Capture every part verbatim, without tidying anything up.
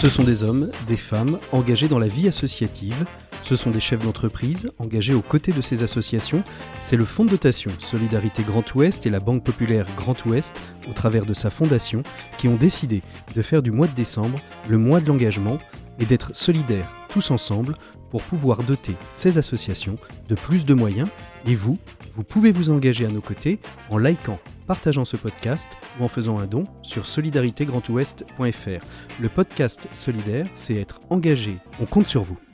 Ce sont des hommes, des femmes engagés dans la vie associative. Ce sont des chefs d'entreprise engagés aux côtés de ces associations. C'est le Fonds de dotation Solidarité Grand Ouest et la Banque Populaire Grand Ouest, au travers de sa fondation, qui ont décidé de faire du mois de décembre le mois de l'engagement et d'être solidaires tous ensemble pour pouvoir doter ces associations de plus de moyens. Et vous, vous pouvez vous engager à nos côtés en likant, partageant ce podcast ou en faisant un don sur solidarité grand ouest point f r. Le podcast solidaire, c'est être engagé. On compte sur vous.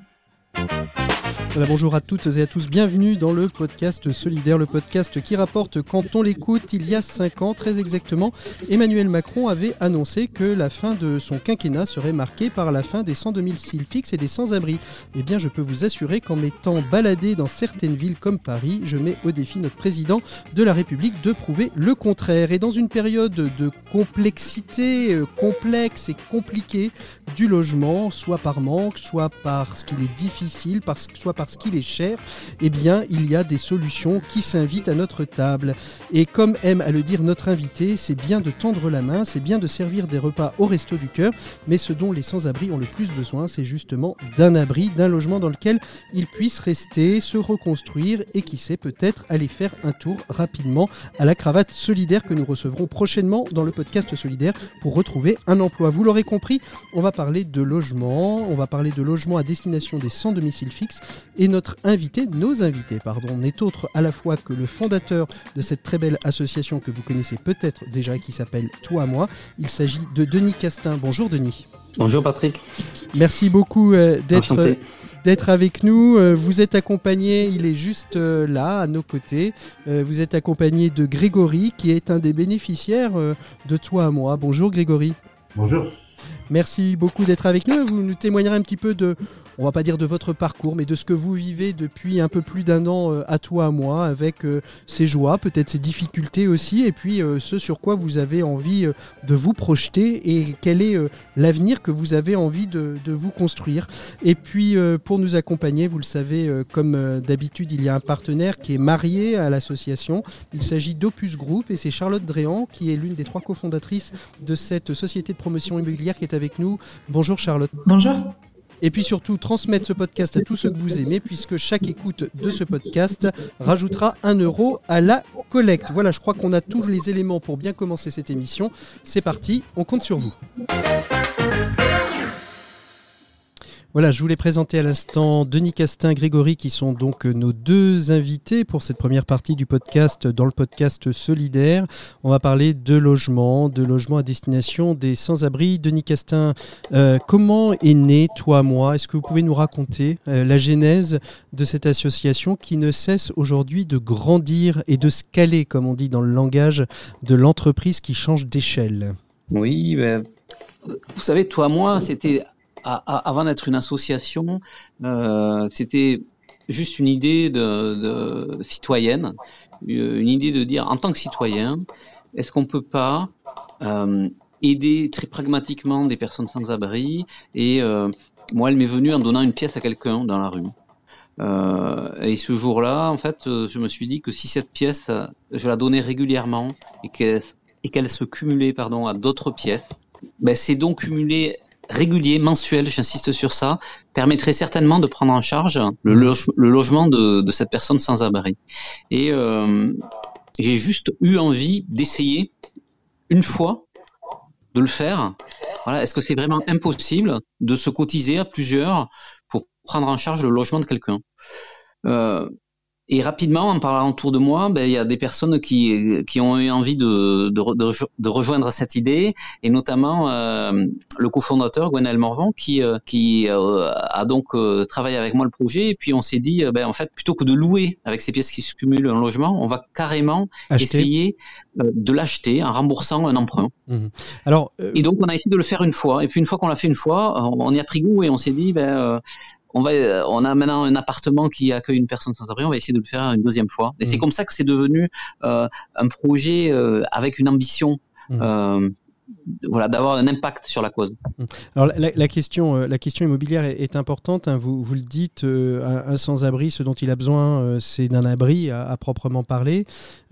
Voilà, bonjour à toutes et à tous, bienvenue dans le podcast solidaire, le podcast qui rapporte quand on l'écoute. Il y a cinq ans, très exactement, Emmanuel Macron avait annoncé que la fin de son quinquennat serait marquée par la fin des cent domiciles fixes et des sans-abri. Eh bien, je peux vous assurer qu'en m'étant baladé dans certaines villes comme Paris, je mets au défi notre président de la République de prouver le contraire. Et dans une période de complexité, euh, complexe et compliquée du logement, soit par manque, soit parce qu'il est difficile, parce, soit parce qu'il est cher, eh bien, il y a des solutions qui s'invitent à notre table. Et comme aime à le dire notre invité, c'est bien de tendre la main, c'est bien de servir des repas au Resto du Cœur, mais ce dont les sans-abri ont le plus besoin, c'est justement d'un abri, d'un logement dans lequel ils puissent rester, se reconstruire et qui sait peut-être aller faire un tour rapidement à la cravate solidaire que nous recevrons prochainement dans le podcast solidaire pour retrouver un emploi. Vous l'aurez compris, on va parler de logement, on va parler de logement à destination des sans domicile fixe. Et notre invité, nos invités, pardon, n'est autre à la fois que le fondateur de cette très belle association que vous connaissez peut-être déjà, qui s'appelle Toi à moi. Il s'agit de Denis Castin. Bonjour Denis. Bonjour Patrick. Merci beaucoup euh, d'être, euh, d'être avec nous. Euh, vous êtes accompagné, il est juste euh, là, à nos côtés. Euh, vous êtes accompagné de Grégory, qui est un des bénéficiaires euh, de Toi à moi. Bonjour Grégory. Bonjour. Merci beaucoup d'être avec nous. Vous nous témoignerez un petit peu de, on va pas dire de votre parcours, mais de ce que vous vivez depuis un peu plus d'un an euh, à Toi à moi, avec euh, ses joies, peut-être ses difficultés aussi, et puis euh, ce sur quoi vous avez envie euh, de vous projeter et quel est euh, l'avenir que vous avez envie de, de vous construire. Et puis euh, pour nous accompagner, vous le savez, euh, comme euh, d'habitude, il y a un partenaire qui est marié à l'association. Il s'agit d'Opus Group et c'est Charlotte Dréan qui est l'une des trois cofondatrices de cette société de promotion immobilière qui est avec nous. Bonjour Charlotte. Bonjour. Et puis surtout, transmettre ce podcast à tous ceux que vous aimez, puisque chaque écoute de ce podcast rajoutera un euro à la collecte. Voilà, je crois qu'on a tous les éléments pour bien commencer cette émission. C'est parti, on compte sur vous. Voilà, je voulais présenter à l'instant Denis Castin, Grégory, qui sont donc nos deux invités pour cette première partie du podcast, dans le podcast solidaire. On va parler de logement, de logement à destination des sans-abri. Denis Castin, euh, comment est né Toi à moi ? Est-ce que vous pouvez nous raconter euh, la genèse de cette association qui ne cesse aujourd'hui de grandir et de scaler, comme on dit dans le langage de l'entreprise qui change d'échelle ? Oui, ben, vous savez, Toi à moi, c'était... avant d'être une association, euh, c'était juste une idée de, de citoyenne, une idée de dire, en tant que citoyen, est-ce qu'on ne peut pas euh, aider très pragmatiquement des personnes sans abri ? Et euh, moi, elle m'est venue en donnant une pièce à quelqu'un dans la rue. Euh, et ce jour-là, en fait, je me suis dit que si cette pièce, je la donnais régulièrement et qu'elle, et qu'elle se cumulait pardon, à d'autres pièces, ben, ces dons cumulés régulier, mensuel, j'insiste sur ça, permettrait certainement de prendre en charge le, loge, le logement de, de cette personne sans abri. Et euh, j'ai juste eu envie d'essayer une fois de le faire. Voilà, est-ce que c'est vraiment impossible de se cotiser à plusieurs pour prendre en charge le logement de quelqu'un ? euh, Et rapidement, en parlant autour de moi, ben, il y a des personnes qui, qui ont eu envie de, de, de, de rejoindre cette idée, et notamment euh, le cofondateur, Gwenaël Morvan, qui, euh, qui euh, a donc euh, travaillé avec moi le projet, et puis on s'est dit, euh, ben, en fait, plutôt que de louer avec ces pièces qui se cumulent un logement, on va carrément Acheter. essayer euh, de l'acheter en remboursant un emprunt. Mmh. Alors, euh... Et donc, on a essayé de le faire une fois, et puis une fois qu'on l'a fait une fois, on y a pris goût, et on s'est dit, ben... Euh, On, va, on a maintenant un appartement qui accueille une personne sans abri, on va essayer de le faire une deuxième fois. Et mmh. c'est comme ça que c'est devenu euh, un projet euh, avec une ambition mmh. euh, voilà, d'avoir un impact sur la cause. Alors la, la, question, la question immobilière est, est importante, hein. vous, vous le dites, euh, un, un sans-abri, ce dont il a besoin, euh, c'est d'un abri à, à proprement parler.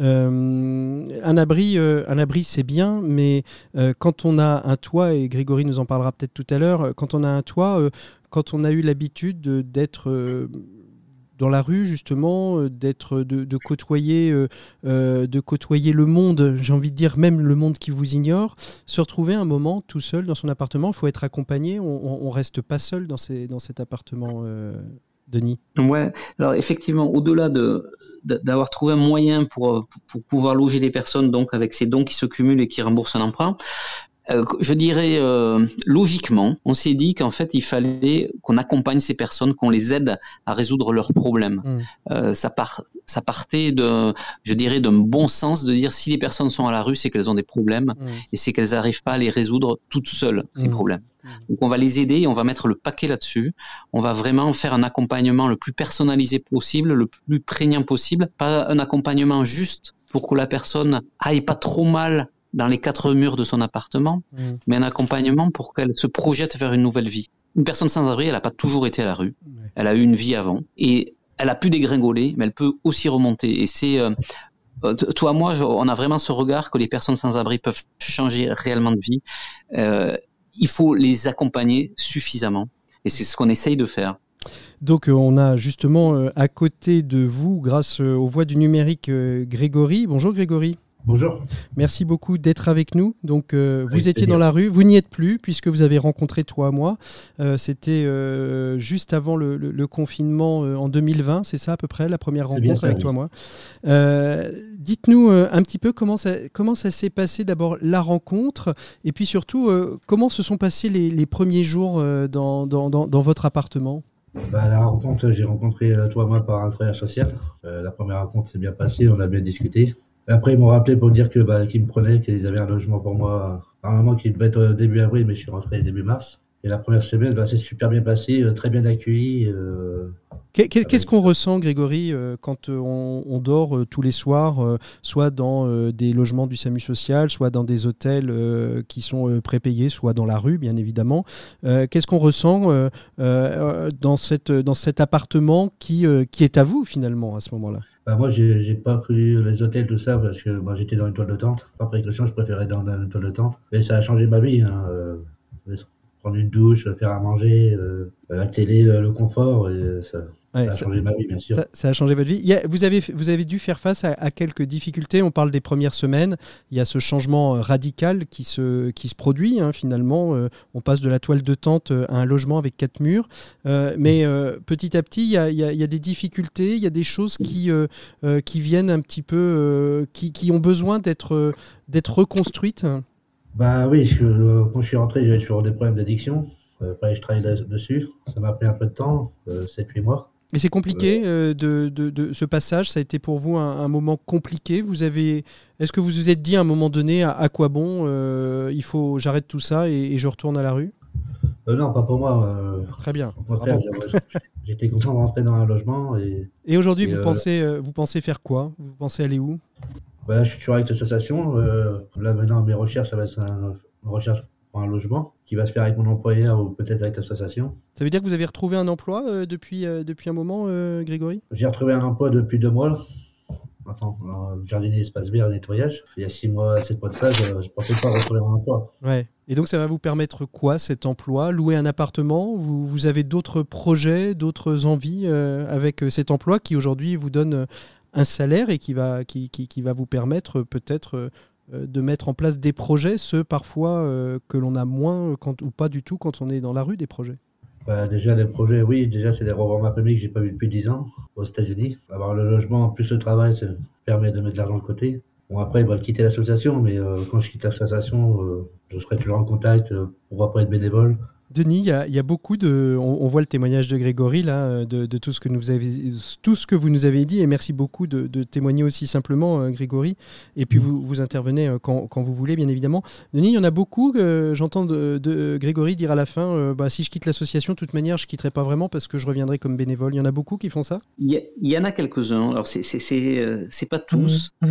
Euh, un abri, euh, un abri c'est bien, mais euh, quand on a un toit, et Grégory nous en parlera peut-être tout à l'heure, quand on a un toit, euh, quand on a eu l'habitude de, d'être... Euh, dans la rue, justement, d'être, de, de, côtoyer, euh, de côtoyer le monde, j'ai envie de dire même le monde qui vous ignore, se retrouver un moment tout seul dans son appartement, il faut être accompagné, on ne reste pas seul dans, ces, dans cet appartement, euh, Denis. Ouais, alors effectivement, au-delà de, de, d'avoir trouvé un moyen pour, pour pouvoir loger les personnes, donc avec ces dons qui se cumulent et qui remboursent un emprunt, Euh, je dirais euh, logiquement, on s'est dit qu'en fait il fallait qu'on accompagne ces personnes, qu'on les aide à résoudre leurs problèmes. Mmh. Euh, ça, part, ça partait de, je dirais, d'un bon sens de dire si les personnes sont à la rue, c'est qu'elles ont des problèmes mmh. et c'est qu'elles n'arrivent pas à les résoudre toutes seules, ces mmh. problèmes. Mmh. Donc on va les aider et on va mettre le paquet là-dessus. On va vraiment faire un accompagnement le plus personnalisé possible, le plus prégnant possible, pas un accompagnement juste pour que la personne aille pas trop mal dans les quatre murs de son appartement, mmh. mais un accompagnement pour qu'elle se projette vers une nouvelle vie. Une personne sans abri, elle n'a pas toujours été à la rue, mmh. elle a eu une vie avant, et elle a pu dégringoler, mais elle peut aussi remonter. Et c'est, euh, toi, moi, on a vraiment ce regard que les personnes sans abri peuvent changer réellement de vie. Euh, il faut les accompagner suffisamment, et c'est ce qu'on essaye de faire. Donc euh, on a justement euh, à côté de vous, grâce euh, aux voies du numérique, euh, Grégory. Bonjour Grégory. Bonjour. Merci beaucoup d'être avec nous. Donc, euh, vous étiez dans la rue, vous n'y êtes plus puisque vous avez rencontré toi, moi. Euh, c'était euh, juste avant le, le, le confinement euh, en deux mille vingt, c'est ça à peu près, la première c'est rencontre ça, avec oui. toi, moi. Euh, dites-nous euh, un petit peu comment ça, comment ça s'est passé d'abord la rencontre et puis surtout euh, comment se sont passés les, les premiers jours euh, dans, dans, dans, dans votre appartement. Bah, la rencontre, j'ai rencontré euh, toi, moi, par un travailleur social. Euh, la première rencontre s'est bien passée, on a bien discuté. Après, ils m'ont rappelé pour dire que, bah, qu'ils me prenaient, qu'ils avaient un logement pour moi, normalement, qui devait être début avril, mais je suis rentré début mars. Et la première semaine, bah, c'est super bien passé, euh, très bien accueilli. Euh, Qu'est-ce avec... qu'on ressent, Grégory, euh, quand euh, on, on dort euh, tous les soirs, euh, soit dans euh, des logements du SAMU social, soit dans des hôtels euh, qui sont euh, prépayés, soit dans la rue, bien évidemment. Euh, qu'est-ce qu'on ressent euh, euh, dans, cette, dans cet appartement qui, euh, qui est à vous, finalement, à ce moment-là? Bah moi, j'ai, j'ai pas cru les hôtels, tout ça, parce que moi, j'étais dans une toile de tente. Par précaution, je préférais dans, dans une toile de tente. Mais ça a changé ma vie. Hein. Euh, prendre une douche, faire à manger, euh, la télé, le, le confort, et ça, ouais, ça a ça, changé ma vie, bien sûr. Ça, ça a changé votre vie. Il y a, vous, avez, vous avez dû faire face à, à quelques difficultés. On parle des premières semaines. Il y a ce changement radical qui se, qui se produit, hein, finalement. Euh, on passe de la toile de tente à un logement avec quatre murs. Euh, mais euh, petit à petit, il y, a, il, y a, il y a des difficultés, il y a des choses qui, euh, euh, qui viennent un petit peu, euh, qui, qui ont besoin d'être, d'être reconstruites. Bah oui, je, euh, quand je suis rentré, j'avais toujours des problèmes d'addiction. Euh, après, je travaille là, dessus. Ça m'a pris un peu de temps, euh, sept huit mois. Et c'est compliqué euh, de, de, de ce passage. Ça a été pour vous un, un moment compliqué. Vous avez, est-ce que vous vous êtes dit à un moment donné, à, à quoi bon euh, il faut, j'arrête tout ça et, et je retourne à la rue? euh, Non, pas pour moi. Euh, Très bien. Au contraire, j'étais content de rentrer dans un logement. Et, et aujourd'hui, et vous, euh, pensez, euh, vous pensez faire quoi? Vous pensez aller où? Bah là, je suis toujours avec l'association. Euh, là, maintenant, mes recherches, ça va être un, une recherche pour un logement qui va se faire avec mon employeur ou peut-être avec l'association. Ça veut dire que vous avez retrouvé un emploi euh, depuis, euh, depuis un moment, euh, Grégory? J'ai retrouvé un emploi depuis deux mois. Attends, euh, jardinier, espace vert, nettoyage. Il y a six mois, sept mois de ça, je ne pensais pas retrouver un emploi. Ouais. Et donc, ça va vous permettre quoi, cet emploi? Louer un appartement? Vous, vous avez d'autres projets, d'autres envies euh, avec cet emploi qui, aujourd'hui, vous donne un salaire et qui va, qui, qui, qui va vous permettre peut-être euh, de mettre en place des projets, ceux parfois euh, que l'on a moins quand, ou pas du tout quand on est dans la rue, des projets? Bah, déjà, les projets, oui, déjà, c'est des revendre ma famille que j'ai pas vu depuis dix ans aux États-Unis. Avoir le logement, plus le travail, ça permet de mettre de l'argent de côté. Bon, après, il va quitter l'association, mais euh, quand je quitte l'association, euh, je serai toujours en contact euh, pour pas être bénévole. Denis, il y a, il y a beaucoup de... On, on voit le témoignage de Grégory, là, de, de tout, ce que nous avez, tout ce que vous nous avez dit, et merci beaucoup de, de témoigner aussi simplement, euh, Grégory. Et puis, vous, vous intervenez euh, quand, quand vous voulez, bien évidemment. Denis, il y en a beaucoup, euh, j'entends de, de Grégory dire à la fin, euh, bah, si je quitte l'association, de toute manière, je ne quitterai pas vraiment parce que je reviendrai comme bénévole. Il y en a beaucoup qui font ça? Il y, a, il y en a quelques-uns. Alors, c'est, c'est, c'est, euh, c'est pas tous. Mmh.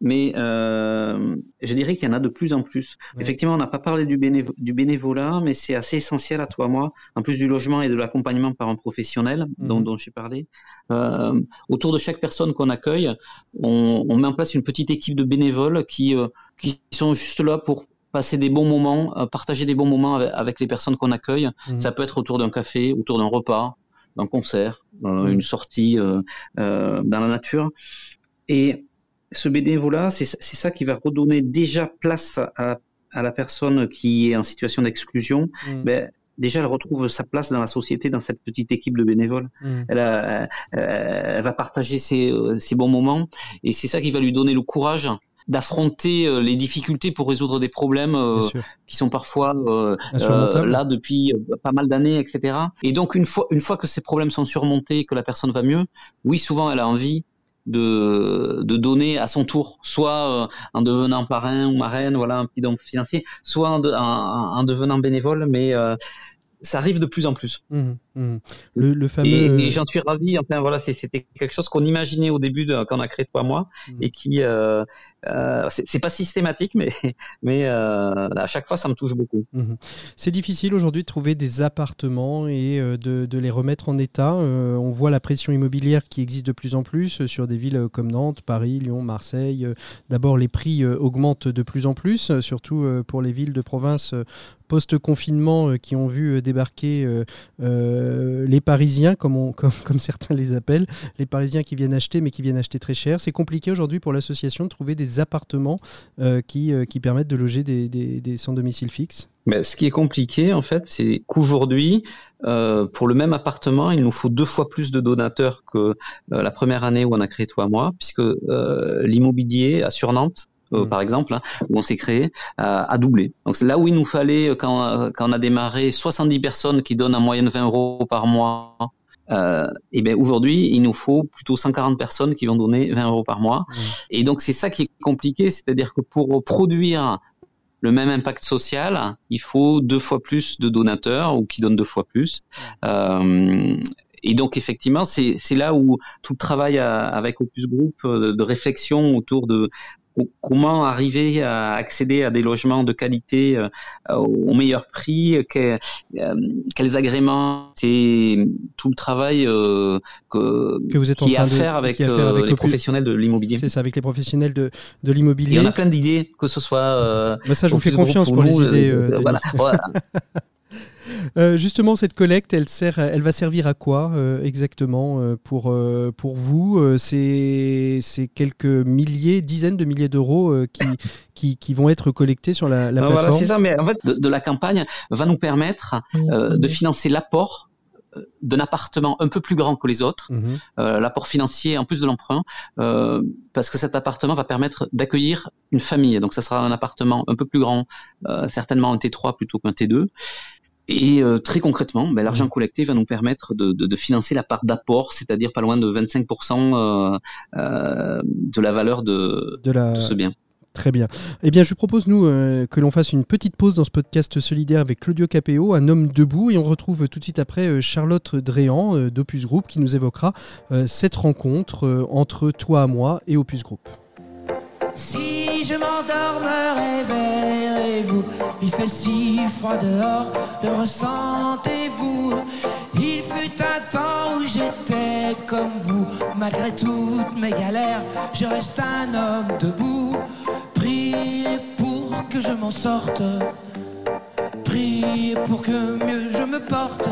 mais euh, je dirais qu'il y en a de plus en plus. Ouais. Effectivement, on n'a pas parlé du, bénévo- du bénévolat, mais c'est assez essentiel à toi, moi, en plus du logement et de l'accompagnement par un professionnel mmh. dont, dont j'ai parlé. Euh, autour de chaque personne qu'on accueille, on, on met en place une petite équipe de bénévoles qui, euh, qui sont juste là pour passer des bons moments, euh, partager des bons moments avec, avec les personnes qu'on accueille. Mmh. Ça peut être autour d'un café, autour d'un repas, d'un concert, euh, mmh. une sortie euh, euh, dans la nature. Et ce bénévolat, c'est, c'est ça qui va redonner déjà place à, à la personne qui est en situation d'exclusion. Mmh. Ben, déjà, elle retrouve sa place dans la société, dans cette petite équipe de bénévoles. Mmh. Elle, a, elle, elle va partager ses, ses bons moments, et c'est ça qui va lui donner le courage d'affronter les difficultés pour résoudre des problèmes euh, qui sont parfois euh, euh, là depuis pas mal d'années, et cetera. Et donc, une fois, une fois que ces problèmes sont surmontés, que la personne va mieux, oui, souvent, elle a envie de, de donner à son tour, soit euh, en devenant parrain ou marraine, voilà, un petit don financier, soit en, de, en, en devenant bénévole, mais euh, ça arrive de plus en plus. Mmh, mmh. Le, le fameux... et, et j'en suis ravi. Enfin, voilà, c'était quelque chose qu'on imaginait au début de, quand on a créé Toi Moi, mmh. et qui... Euh, Euh, c'est, c'est pas systématique, mais, mais euh, à chaque fois, ça me touche beaucoup. Mmh. C'est difficile aujourd'hui de trouver des appartements et euh, de, de les remettre en état. Euh, on voit la pression immobilière qui existe de plus en plus sur des villes comme Nantes, Paris, Lyon, Marseille. Euh, d'abord, les prix euh, augmentent de plus en plus, euh, surtout euh, pour les villes de province euh, post-confinement euh, qui ont vu euh, débarquer euh, euh, les Parisiens, comme, on, comme, comme certains les appellent, les Parisiens qui viennent acheter, mais qui viennent acheter très cher. C'est compliqué aujourd'hui pour l'association de trouver des appartements euh, qui, euh, qui permettent de loger des, des, des sans domicile fixe. Mais ce qui est compliqué, en fait, c'est qu'aujourd'hui, euh, pour le même appartement, il nous faut deux fois plus de donateurs que euh, la première année où on a créé Toi Moi, puisque euh, l'immobilier à sur Nantes, Euh, mmh. par exemple, hein, où on s'est créé, euh, a doublé. Donc c'est là où il nous fallait, quand, quand on a démarré, soixante-dix personnes qui donnent en moyenne vingt euros par mois. Euh, et bien aujourd'hui, il nous faut plutôt cent quarante personnes qui vont donner vingt euros par mois. Mmh. Et donc c'est ça qui est compliqué, c'est-à-dire que pour produire le même impact social, il faut deux fois plus de donateurs ou qui donnent deux fois plus. Mmh. Euh, Et donc, effectivement, c'est, c'est là où tout le travail à, avec Opus Group de, de réflexion autour de comment arriver à accéder à des logements de qualité euh, au meilleur prix, que, euh, quels agréments, c'est tout le travail euh, que, que vous êtes en qui est train à faire de, avec, à faire avec euh, les Opus... professionnels de l'immobilier. C'est ça, avec les professionnels de, de l'immobilier. Et on a plein d'idées, que ce soit... Euh, Mais ça, je vous fais confiance pour, pour les idées, euh, Denis. Voilà, voilà. Euh, justement, cette collecte, elle, sert, elle va servir à quoi euh, exactement euh, pour, euh, pour vous euh, c'est, c'est quelques milliers, dizaines de milliers d'euros euh, qui, qui, qui vont être collectés sur la, la non, plateforme. Voilà, c'est ça, mais en fait, de, de la campagne va nous permettre euh, de financer l'apport d'un appartement un peu plus grand que les autres, mmh. euh, l'apport financier en plus de l'emprunt, euh, parce que cet appartement va permettre d'accueillir une famille. Donc, ça sera un appartement un peu plus grand, euh, certainement un T trois plutôt qu'un T deux. Et euh, très concrètement, ben, l'argent collecté va nous permettre de, de, de financer la part d'apport, c'est-à-dire pas loin de vingt-cinq pour cent euh, euh, de la valeur de, de, la... de ce bien. Très bien. Eh bien, je propose, nous, euh, que l'on fasse une petite pause dans ce podcast solidaire avec Claudio Capéo, un homme debout, et on retrouve tout de suite après euh, Charlotte Dréan euh, d'Opus Group qui nous évoquera euh, cette rencontre euh, entre Toi Moi et Opus Group. Si je m'endors, me réveillerez-vous. Il fait si froid dehors, le ressentez-vous? Il fut un temps où j'étais comme vous. Malgré toutes mes galères, je reste un homme debout. Priez pour que je m'en sorte. Priez pour que mieux je me porte.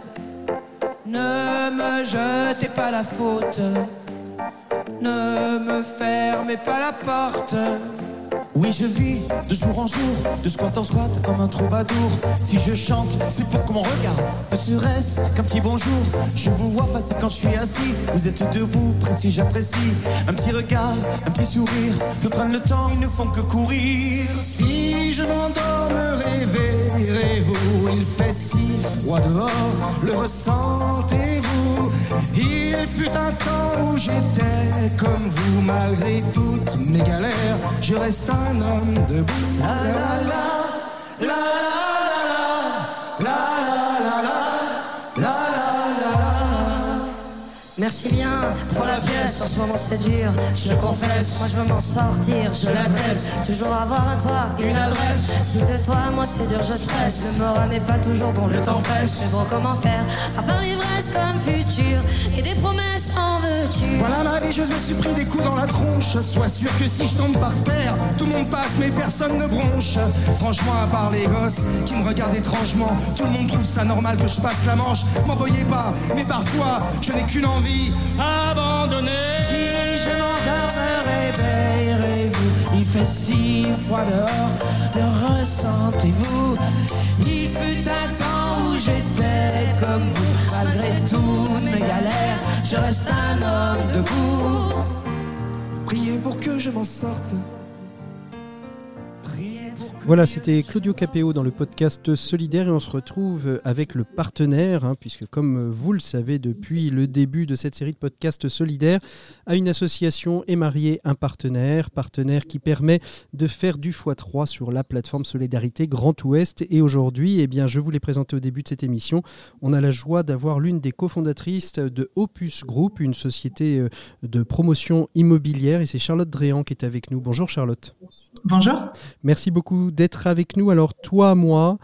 Ne me jetez pas la faute. Ne me fermez pas la porte. Oui, je vis de jour en jour, de squat en squat comme un troubadour. Si je chante, c'est pour qu'on me regarde, ne serait-ce qu'un petit bonjour. Je vous vois passer quand je suis assis. Vous êtes debout, précis, j'apprécie. Un petit regard, un petit sourire peut prendre le temps, ils ne font que courir. Si je m'endors, me réveillerez-vous. Il fait si froid dehors, le ressentez-vous? Il fut un temps où j'étais comme vous. Malgré toutes mes galères, je reste un homme debout. La la la, la la la la, la la la la, la la la la. Merci bien pour la pièce En ce moment c'est dur, je confesse. Moi je veux m'en sortir, je l'atteste. Toujours avoir un toit, une adresse. Si de toi moi c'est dur, je stresse. Le moral n'est pas toujours bon, le temps presse. Mais bon, comment faire, à part l'ivresse comme futur et des promesses en veux-tu. Voilà ma vie, je me suis pris des coups dans la tronche. Sois sûr que si je tombe par terre, tout le monde passe mais personne ne bronche. Franchement, à part les gosses qui me regardent étrangement, tout le monde trouve ça normal que je passe la manche. M'envoyez pas, mais parfois je n'ai qu'une envie, abandonner. Si je m'endors, me réveillerez-vous. Il fait si froid dehors, le ressentez-vous. Il fut un temps où j'étais comme vous. Malgré toutes mes galères, je reste un homme debout. Priez pour que je m'en sorte. Voilà, c'était Claudio Capéo dans le podcast Solidaire et on se retrouve avec le partenaire, hein, puisque comme vous le savez depuis le début de cette série de podcasts Solidaires, à une association est marié un partenaire, partenaire qui permet de faire du fois trois sur la plateforme Solidarité Grand Ouest. Et aujourd'hui, eh bien, je vous l'ai présenté au début de cette émission, on a la joie d'avoir l'une des cofondatrices de Opus Group, une société de promotion immobilière, et c'est Charlotte Dréan qui est avec nous. Bonjour Charlotte. Bonjour. Merci beaucoup d'être avec nous. Alors toi, moi,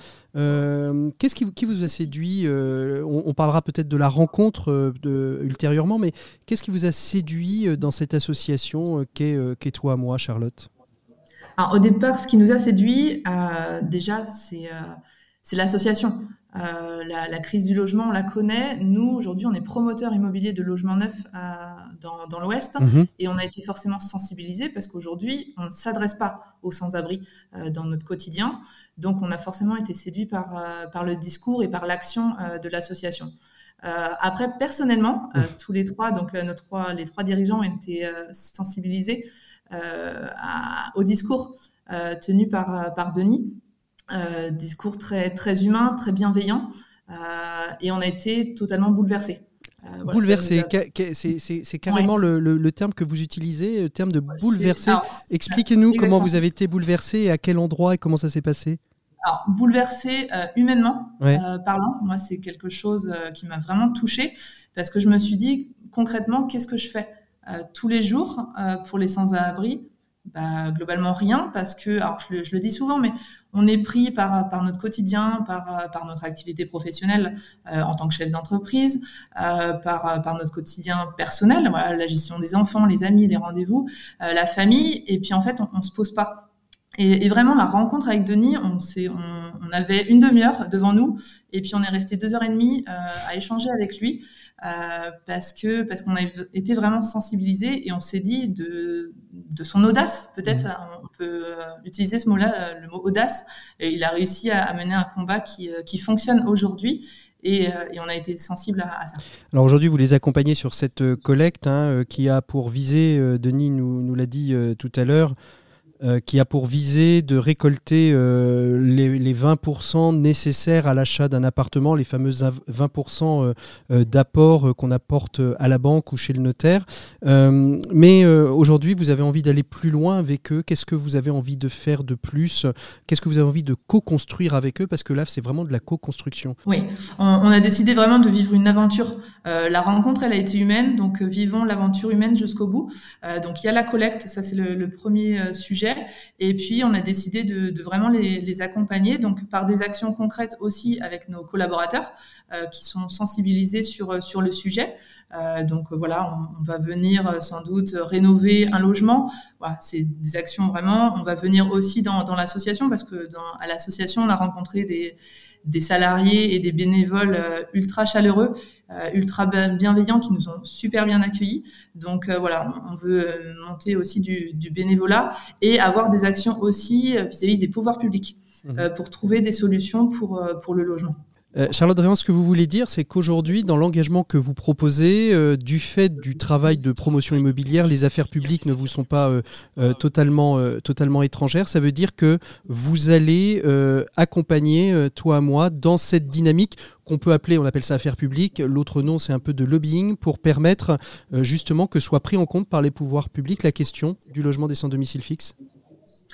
euh, qu'est-ce qui, qui vous a séduit euh, on, on parlera peut-être de la rencontre euh, de, ultérieurement, mais qu'est-ce qui vous a séduit dans cette association euh, qu'est, euh, qu'est toi, moi, Charlotte ? Alors, au départ, ce qui nous a séduit, euh, déjà, c'est, euh, c'est l'association. Euh, la, la crise du logement, on la connaît. Nous, aujourd'hui, on est promoteur immobilier de logements neufs à, dans, dans l'Ouest mmh. et on a été forcément sensibilisés parce qu'aujourd'hui, on ne s'adresse pas aux sans-abri euh, dans notre quotidien. Donc, on a forcément été séduits par, euh, par le discours et par l'action euh, de l'association. Euh, après, personnellement, euh, tous les trois, donc euh, nos trois, les trois dirigeants ont été euh, sensibilisés euh, à, au discours euh, tenu par, par Denis. Euh, discours très, très humain, très bienveillant, euh, et on a été totalement bouleversés. Euh, voilà, bouleversé, a... c'est, c'est, c'est carrément ouais. le, le, le terme que vous utilisez, le terme de bouleversé. Alors, expliquez-nous exactement. Comment vous avez été bouleversé, et à quel endroit et comment ça s'est passé. Alors, bouleversé euh, humainement ouais. euh, parlant, moi c'est quelque chose euh, qui m'a vraiment touchée, parce que je me suis dit concrètement, qu'est-ce que je fais euh, tous les jours euh, pour les sans-abri? Bah, globalement rien, parce que, alors je le, je le dis souvent, mais on est pris par, par notre quotidien, par, par notre activité professionnelle euh, en tant que chef d'entreprise, euh, par, par notre quotidien personnel, voilà, la gestion des enfants, les amis, les rendez-vous, euh, la famille, et puis en fait on, on se pose pas. Et, et vraiment la rencontre avec Denis, on, s'est, on, on avait une demi-heure devant nous, et puis on est resté deux heures et demie euh, à échanger avec lui. Euh, parce que parce qu'on a été vraiment sensibilisés et on s'est dit de de son audace, peut-être on peut utiliser ce mot-là, le mot audace. Et il a réussi à, à mener un combat qui qui fonctionne aujourd'hui. Et, et on a été sensible à, à ça. Alors aujourd'hui, vous les accompagnez sur cette collecte hein, qui a pour visée, Denis nous nous l'a dit euh, tout à l'heure. Euh, qui a pour visée de récolter euh, les, les vingt pour cent nécessaires à l'achat d'un appartement, les fameux vingt pour cent euh, euh, d'apport euh, qu'on apporte à la banque ou chez le notaire. Euh, mais euh, aujourd'hui, vous avez envie d'aller plus loin avec eux. Qu'est-ce que vous avez envie de faire de plus ? Qu'est-ce que vous avez envie de co-construire avec eux ? Parce que là, c'est vraiment de la co-construction. Oui, on, on a décidé vraiment de vivre une aventure. Euh, la rencontre, elle a été humaine, donc euh, vivons l'aventure humaine jusqu'au bout. Euh, donc il y a la collecte, ça c'est le, le premier euh, sujet. Et puis, on a décidé de, de vraiment les, les accompagner, donc par des actions concrètes aussi avec nos collaborateurs euh, qui sont sensibilisés sur sur le sujet. Euh, donc voilà, on, on va venir sans doute rénover un logement. Voilà, c'est des actions vraiment. On va venir aussi dans dans l'association parce que dans à l'association, on a rencontré des des salariés et des bénévoles euh, ultra chaleureux, euh, ultra bienveillants qui nous ont super bien accueillis. Donc euh, voilà, on veut monter aussi du, du bénévolat et avoir des actions aussi vis-à-vis des pouvoirs publics euh, pour trouver des solutions pour, euh, pour le logement. Euh, Charlotte Dréan, ce que vous voulez dire, c'est qu'aujourd'hui, dans l'engagement que vous proposez, euh, du fait du travail de promotion immobilière, les affaires publiques ne vous sont pas euh, euh, totalement, euh, totalement étrangères. Ça veut dire que vous allez euh, accompagner, euh, toi à moi, dans cette dynamique qu'on peut appeler, on appelle ça affaires publiques, l'autre nom c'est un peu de lobbying, pour permettre euh, justement que soit pris en compte par les pouvoirs publics la question du logement des sans domicile fixe.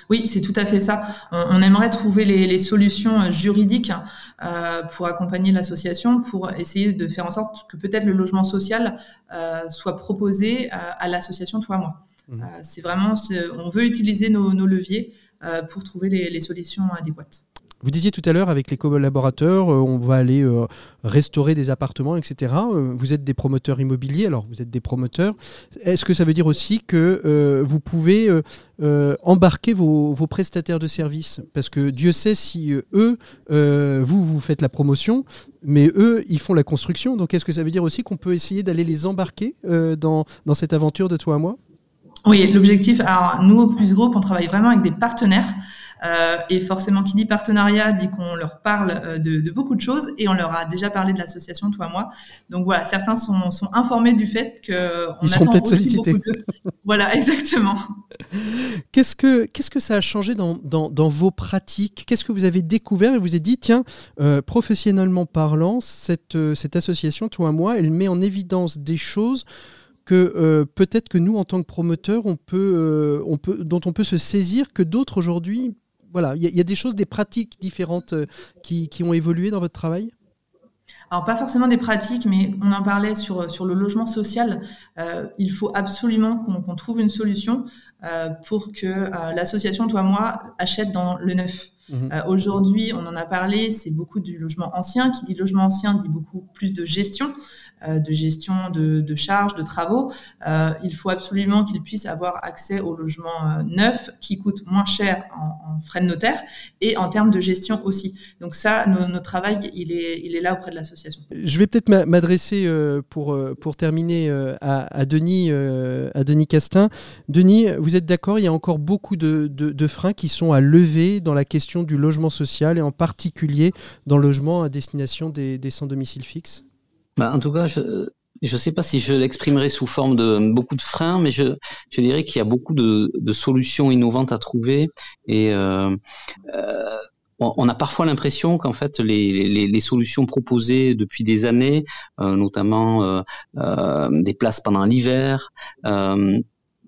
Oui, c'est tout à fait ça. On, on aimerait trouver les, les solutions juridiques euh, pour accompagner l'association, pour essayer de faire en sorte que peut-être le logement social euh, soit proposé à, à l'association Toi Moi. Mmh. Euh, c'est vraiment, c'est, on veut utiliser nos, nos leviers euh, pour trouver les, les solutions adéquates. Vous disiez tout à l'heure, avec les collaborateurs, euh, on va aller euh, restaurer des appartements, et cetera. Euh, vous êtes des promoteurs immobiliers, alors vous êtes des promoteurs. Est-ce que ça veut dire aussi que euh, vous pouvez euh, euh, embarquer vos, vos prestataires de services ? Parce que Dieu sait si euh, eux, euh, vous, vous faites la promotion, mais eux, ils font la construction. Donc est-ce que ça veut dire aussi qu'on peut essayer d'aller les embarquer euh, dans, dans cette aventure de Toi à Moi ? Oui, l'objectif, alors nous, au Plus Group, on travaille vraiment avec des partenaires. Euh, et forcément, qui dit partenariat dit qu'on leur parle euh, de, de beaucoup de choses, et on leur a déjà parlé de l'association Toi Moi. Donc voilà, certains sont, sont informés du fait qu'on Ils seront attend peut-être aussi sollicités. beaucoup de... Voilà, exactement. Qu'est-ce que, qu'est-ce que ça a changé dans, dans, dans vos pratiques ? Qu'est-ce que vous avez découvert et vous avez dit, tiens, euh, professionnellement parlant, cette, euh, cette association Toi Moi, elle met en évidence des choses que euh, peut-être que nous, en tant que promoteurs, on peut, euh, on peut, dont on peut se saisir, que d'autres aujourd'hui... Voilà, il y, y a des choses, des pratiques différentes euh, qui, qui ont évolué dans votre travail ? Alors, pas forcément des pratiques, mais on en parlait sur, sur le logement social. Euh, il faut absolument qu'on, qu'on trouve une solution euh, pour que euh, l'association Toi Moi achète dans le neuf. Mmh. Euh, aujourd'hui, on en a parlé, c'est beaucoup du logement ancien. Qui dit logement ancien dit beaucoup plus de gestion. Euh, de gestion de, de charges, de travaux. Euh, il faut absolument qu'ils puissent avoir accès au logement euh, neuf qui coûte moins cher en, en frais de notaire et en termes de gestion aussi. Donc ça, no, notre travail, il est, il est là auprès de l'association. Je vais peut-être m'adresser euh, pour, pour terminer euh, à, à, Denis, euh, à Denis Castin. Denis, vous êtes d'accord, il y a encore beaucoup de, de, de freins qui sont à lever dans la question du logement social et en particulier dans le logement à destination des, des sans domicile fixe ? Bah, en tout cas, je ne sais pas si je l'exprimerai sous forme de beaucoup de freins, mais je, je dirais qu'il y a beaucoup de, de solutions innovantes à trouver. Et euh, euh, on, on a parfois l'impression qu'en fait, les, les, les solutions proposées depuis des années, euh, notamment euh, euh, des places pendant l'hiver, euh,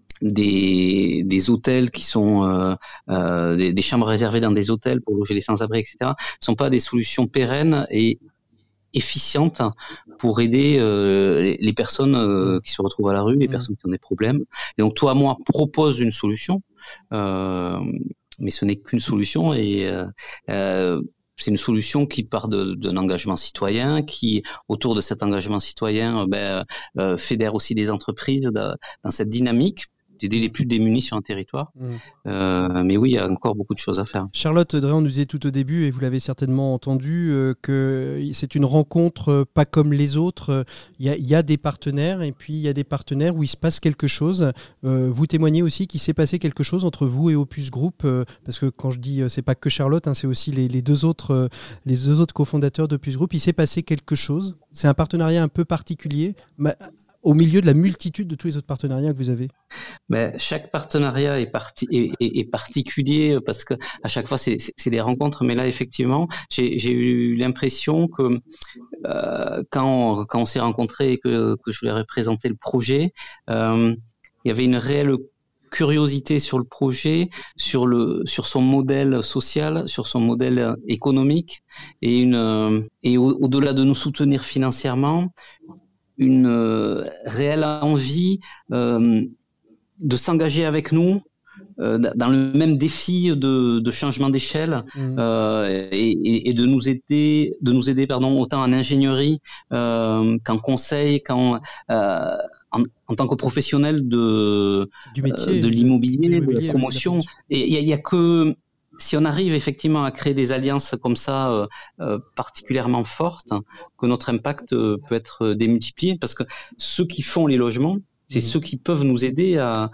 Des, des hôtels qui sont euh, euh, des, des chambres réservées dans des hôtels pour loger les sans-abri, et cetera, ne sont pas des solutions pérennes et efficientes pour aider euh, les personnes euh, qui se retrouvent à la rue, les personnes qui ont des problèmes. Et donc, Toi Moi propose une solution, euh, mais ce n'est qu'une solution et euh, euh, c'est une solution qui part de, d'un engagement citoyen, qui, autour de cet engagement citoyen, ben, euh, fédère aussi des entreprises dans, dans cette dynamique d'aider les plus démunis sur un territoire. Mmh. Euh, mais oui, il y a encore beaucoup de choses à faire. Charlotte Dréan nous disait tout au début, et vous l'avez certainement entendu, euh, que c'est une rencontre euh, pas comme les autres. Il y a, il y a des partenaires, et puis il y a des partenaires où il se passe quelque chose. Euh, vous témoignez aussi qu'il s'est passé quelque chose entre vous et Opus Group, euh, parce que quand je dis, euh, c'est pas que Charlotte, hein, c'est aussi les, les, deux autres, euh, les deux autres cofondateurs d'Opus Group. Il s'est passé quelque chose. C'est un partenariat un peu particulier, mais au milieu de la multitude de tous les autres partenariats que vous avez. Ben, chaque partenariat est, parti, est, est, est particulier parce que à chaque fois c'est, c'est, c'est des rencontres, mais là effectivement j'ai, j'ai eu l'impression que euh, quand, on, quand on s'est rencontrés et que, que je leur ai présenté le projet, euh, il y avait une réelle curiosité sur le projet, sur, le, sur son modèle social, sur son modèle économique et, une, et au, au-delà de nous soutenir financièrement, une euh, réelle envie euh, de s'engager avec nous euh, dans le même défi de, de changement d'échelle mmh. euh, et, et de nous aider, de nous aider pardon, autant en ingénierie euh, qu'en conseil, qu'en euh, en, en tant que professionnel de, du métier, euh, de l'immobilier, de, l'immobilier, de la promotion. Et il n'y a, a que... Si on arrive effectivement à créer des alliances comme ça euh, euh, particulièrement fortes, hein, que notre impact euh, peut être démultiplié, parce que ceux qui font les logements, c'est mmh. ceux qui peuvent nous aider à,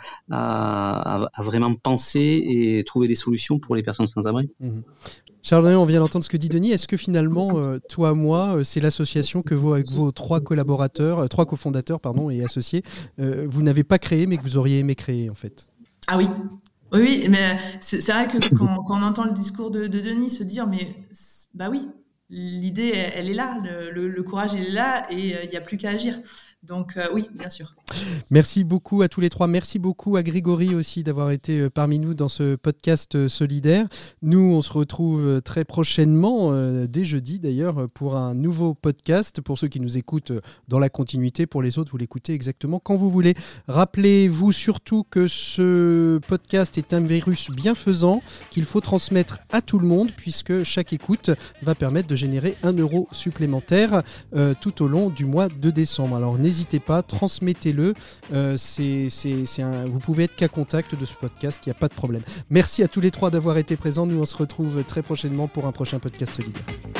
à, à vraiment penser et trouver des solutions pour les personnes sans abri. Mmh. Charles, on vient d'entendre ce que dit Denis. Est-ce que finalement, euh, Toi Moi, euh, c'est l'association que vous, avec vos trois collaborateurs, euh, trois cofondateurs pardon, et associés, euh, vous n'avez pas créé, mais que vous auriez aimé créer en fait ? Ah oui. Oui, mais c'est, c'est vrai que quand, quand on entend le discours de, de Denis se dire, mais bah oui, l'idée, elle est là, le, le, le courage, il est là, et il euh, n'y a plus qu'à agir. Donc euh, oui, bien sûr. Merci beaucoup à tous les trois. Merci beaucoup à Grégory aussi d'avoir été parmi nous dans ce podcast solidaire. Nous, on se retrouve très prochainement, euh, dès jeudi d'ailleurs, pour un nouveau podcast. Pour ceux qui nous écoutent dans la continuité, pour les autres, vous l'écoutez exactement quand vous voulez. Rappelez-vous surtout que ce podcast est un virus bienfaisant qu'il faut transmettre à tout le monde, puisque chaque écoute va permettre de générer un euro supplémentaire euh, tout au long du mois de décembre. Alors n'hésitez pas, transmettez-le. Euh, c'est, c'est, c'est un, vous pouvez être qu'à contact de ce podcast, il n'y a pas de problème. Merci à tous les trois d'avoir été présents. Nous, on se retrouve très prochainement pour un prochain podcast solidaire.